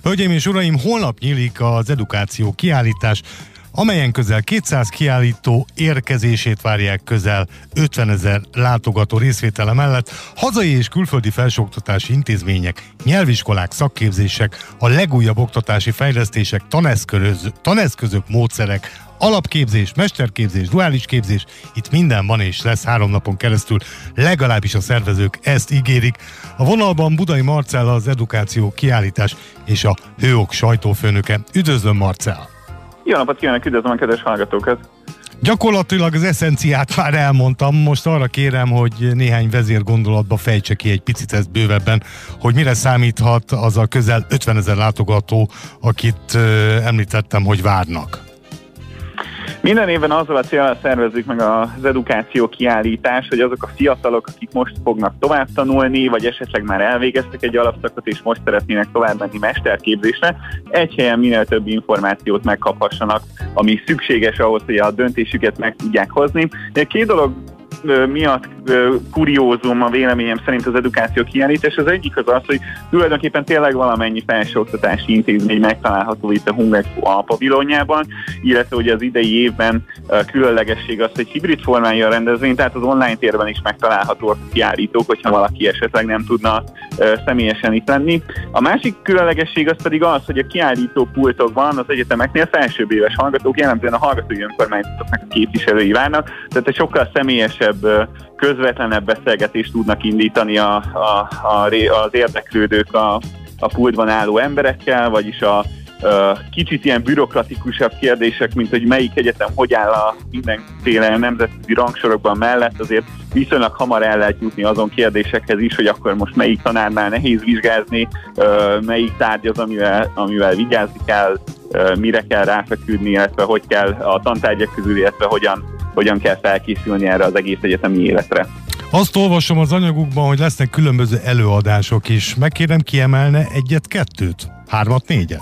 Hölgyeim és uraim, holnap nyílik az edukáció kiállítás, amelyen közel 200 kiállító érkezését várják közel 50 000 látogató részvétele mellett. Hazai és külföldi felsőoktatási intézmények, nyelviskolák, szakképzések, a legújabb oktatási fejlesztések, taneszközök, módszerek, alapképzés, mesterképzés, duális képzés, itt minden van és lesz 3 napon keresztül, legalábbis a szervezők ezt ígérik. A vonalban Budai Marcella, az edukáció kiállítás és a Hőok sajtófőnöke. Üdvözlöm, Marcella! Jó napot kívánok, üdvözlöm a kedves hallgatókat! Gyakorlatilag az eszenciát már elmondtam, most arra kérem, hogy néhány vezérgondolatba fejtse ki egy picit ezt bővebben, hogy mire számíthat az a közel 50 000 látogató, akit említettem, hogy várnak. Minden évben azzal a céllal szervezzük meg az edukáció kiállítás, hogy azok a fiatalok, akik most fognak tovább tanulni, vagy esetleg már elvégeztek egy alapszakot, és most szeretnének tovább menni mesterképzésre, egy helyen minél több információt megkaphassanak, ami szükséges ahhoz, hogy a döntésüket meg tudják hozni. Két dolog miatt kuriózum a véleményem szerint az edukáció kiállítás. Az egyik az, hogy tulajdonképpen tényleg valamennyi felsőoktatási intézmény megtalálható itt a Hungexpo alpavilonjában, illetve hogy az idei évben különlegesség az, hogy hibrid formája a rendezvény, tehát az online térben is megtalálhatóak a kiállítók, hogyha valaki esetleg nem tudna személyesen itt lenni. A másik különlegesség az pedig az, hogy a kiállító pultokban az egyetemeknél felsőbb éves hallgatók, jellemzően a hallgatói önkormányzatoknak a képviselői várnak, tehát egy sokkal személyesebb, közvetlenebb beszélgetést tudnak indítani az érdeklődők a pultban álló emberekkel, vagyis a kicsit ilyen bürokratikusabb kérdések, mint hogy melyik egyetem hogy áll a mindenféle nemzetközi rangsorokban mellett, azért viszonylag hamar el lehet jutni azon kérdésekhez is, hogy akkor most melyik tanárnál nehéz vizsgázni, melyik tárgy az, amivel vigyázni kell, mire kell ráfeküdni, illetve hogy kell a tantárgyak közül, illetve hogyan kell felkészülni erre az egész egyetemi életre. Azt olvasom az anyagukban, hogy lesznek különböző előadások is. Megkérem, kiemelne 1-2, 3, 4?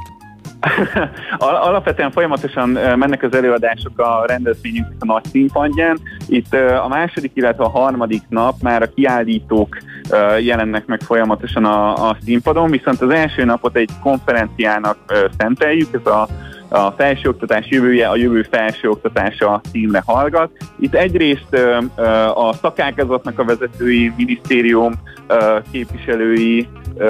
Alapvetően folyamatosan mennek az előadások a rendezvényünknek a nagy színpadján. Itt a második, illetve a harmadik nap már a kiállítók jelennek meg folyamatosan a színpadon, viszont az első napot egy konferenciának szenteljük, ez a felsőoktatás jövője, a jövő felsőoktatása címre hallgat. Itt egyrészt a szakágazatnak a vezetői, minisztérium képviselői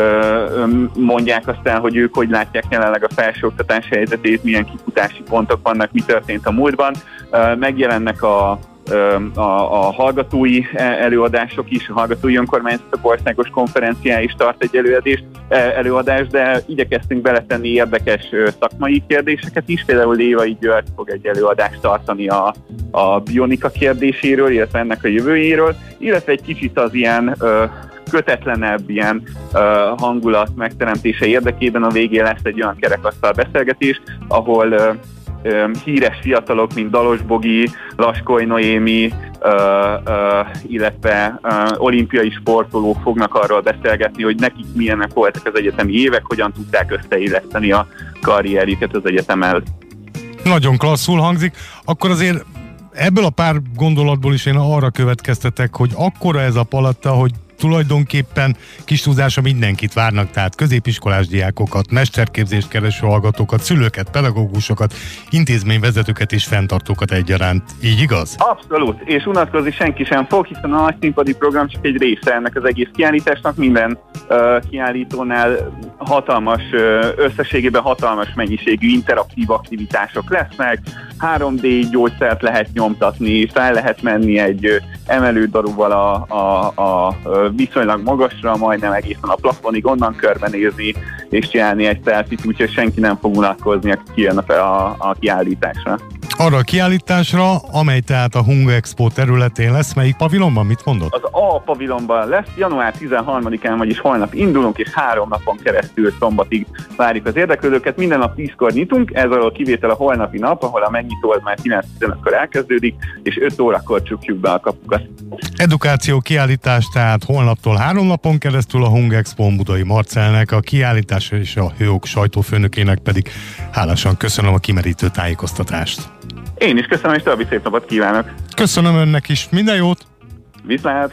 mondják aztán, hogy ők hogy látják jelenleg a felsőoktatás helyzetét, milyen kifutási pontok vannak, mi történt a múltban. Megjelennek a hallgatói előadások is, a hallgatói önkormányzatok országos konferenciája is tart egy előadást, de igyekeztünk beletenni érdekes szakmai kérdéseket is. Például Lévai György fog egy előadást tartani a bionika kérdéséről, illetve ennek a jövőjéről, illetve egy kicsit az ilyen kötetlenebb ilyen hangulat megteremtése érdekében a végén lesz egy olyan kerekasztal beszélgetés, ahol híres fiatalok, mint Dalos Bogi, Laskói Noémi, illetve olimpiai sportolók fognak arról beszélgetni, hogy nekik milyenek voltak az egyetemi évek, hogyan tudták összeilleszteni a karrierjüket az egyetemmel. Nagyon klasszul hangzik. Akkor azért ebből a pár gondolatból is én arra következtetek, hogy akkora ez a paletta, hogy tulajdonképpen kis túlzása mindenkit várnak, tehát középiskolás diákokat, mesterképzést kereső hallgatókat, szülőket, pedagógusokat, intézményvezetőket és fenntartókat egyaránt. Így igaz? Abszolút, és unatkozni senki sem fog, hiszen a nagy színpadi program csak egy része ennek az egész kiállításnak. Minden kiállítónál összességében hatalmas mennyiségű interaktív aktivitások lesznek, 3D gyógyszert lehet nyomtatni, fel lehet menni egy emelődarúval a viszonylag magasra, majdnem egészen a plafonig, onnan körbenézni és csinálni egy selfie-t, úgyhogy senki nem fog unatkozni, aki kijön a kiállításra. Arra a kiállításra, amely tehát a Hungexpo területén lesz, melyik pavilonban, mit mondod? Az A pavilonban lesz, január 13-án, vagyis holnap indulunk, és 3 napon keresztül szombatig várjuk az érdeklődőket. Minden nap 10-kor nyitunk, ez alól kivétel a holnapi nap, ahol a megnyitó már 9-15-kor elkezdődik, és 5 órakor csukjuk be a kapukat. Edukáció kiállítás tehát holnaptól 3 napon keresztül a Hungexpo Budai Marcellnek, a kiállítás és a Hőok sajtófőnökének pedig hálásan köszönöm a kimerítő tájékoztatást. Én is köszönöm, és további szép napot kívánok! Köszönöm önnek is, minden jót! Viszlát!